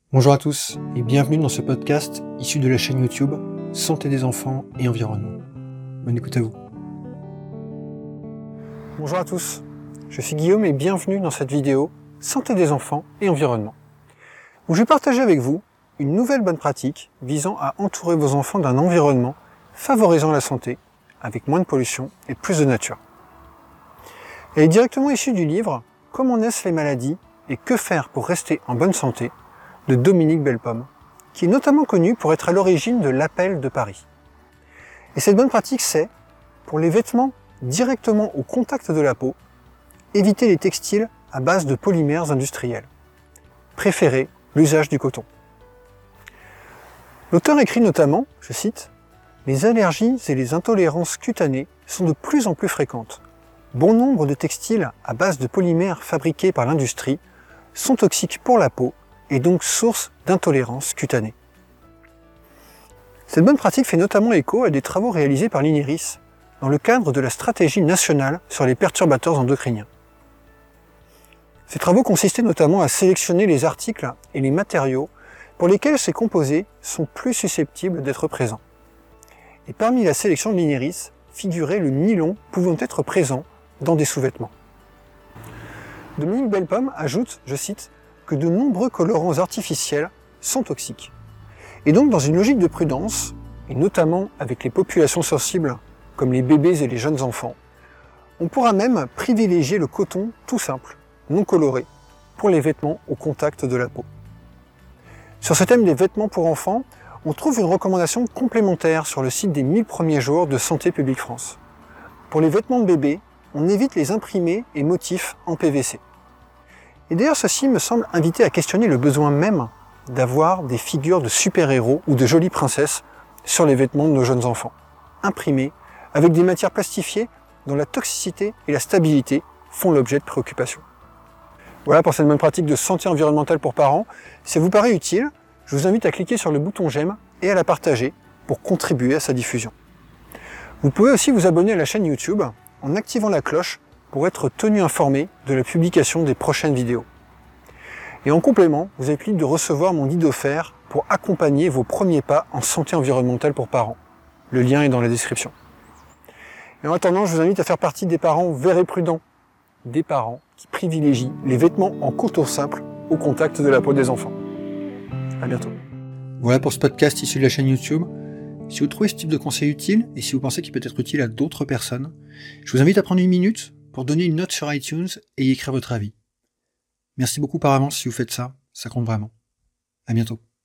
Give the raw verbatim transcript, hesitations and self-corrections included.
Bonjour à tous et bienvenue dans ce podcast issu de la chaîne YouTube Santé des enfants et environnement. Bonne écoute à vous. Bonjour à tous, je suis Guillaume et bienvenue dans cette vidéo Santé des enfants et environnement, où je vais partager avec vous une nouvelle bonne pratique visant à entourer vos enfants d'un environnement favorisant la santé avec moins de pollution et plus de nature. Elle est directement issue du livre Comment naissent les maladies et que faire pour rester en bonne santé de Dominique Bellepomme, qui est notamment connu pour être à l'origine de l'appel de Paris. Et cette bonne pratique, c'est, pour les vêtements directement au contact de la peau, éviter les textiles à base de polymères industriels. Préférez l'usage du coton. L'auteur écrit notamment, je cite, « Les allergies et les intolérances cutanées sont de plus en plus fréquentes. Bon nombre de textiles à base de polymères fabriqués par l'industrie sont toxiques pour la peau et donc source d'intolérance cutanée. » Cette bonne pratique fait notamment écho à des travaux réalisés par l'I N E R I S dans le cadre de la stratégie nationale sur les perturbateurs endocriniens. Ces travaux consistaient notamment à sélectionner les articles et les matériaux pour lesquels ces composés sont plus susceptibles d'être présents. Et parmi la sélection de l'I N E R I S figurait le nylon pouvant être présent dans des sous-vêtements. Dominique Bellepomme ajoute, je cite, que de nombreux colorants artificiels sont toxiques. Et donc, dans une logique de prudence, et notamment avec les populations sensibles, comme les bébés et les jeunes enfants, on pourra même privilégier le coton tout simple, non coloré, pour les vêtements au contact de la peau. Sur ce thème des vêtements pour enfants, on trouve une recommandation complémentaire sur le site des mille premiers jours de Santé publique France. Pour les vêtements de bébé, on évite les imprimés et motifs en P V C. Et d'ailleurs, ceci me semble inviter à questionner le besoin même d'avoir des figures de super-héros ou de jolies princesses sur les vêtements de nos jeunes enfants, imprimés avec des matières plastifiées dont la toxicité et la stabilité font l'objet de préoccupations. Voilà pour cette bonne pratique de santé environnementale pour parents. Si ça vous paraît utile, je vous invite à cliquer sur le bouton j'aime et à la partager pour contribuer à sa diffusion. Vous pouvez aussi vous abonner à la chaîne YouTube en activant la cloche pour être tenu informé de la publication des prochaines vidéos. Et en complément, vous êtes libre de recevoir mon guide offert pour accompagner vos premiers pas en santé environnementale pour parents. Le lien est dans la description. Et en attendant, je vous invite à faire partie des parents verts et prudents, des parents qui privilégient les vêtements en coton simple au contact de la peau des enfants. À bientôt. Voilà pour ce podcast issu de la chaîne YouTube. Si vous trouvez ce type de conseil utile, et si vous pensez qu'il peut être utile à d'autres personnes, je vous invite à prendre une minute pour donner une note sur iTunes et y écrire votre avis. Merci beaucoup par avance si vous faites ça, ça compte vraiment. À bientôt.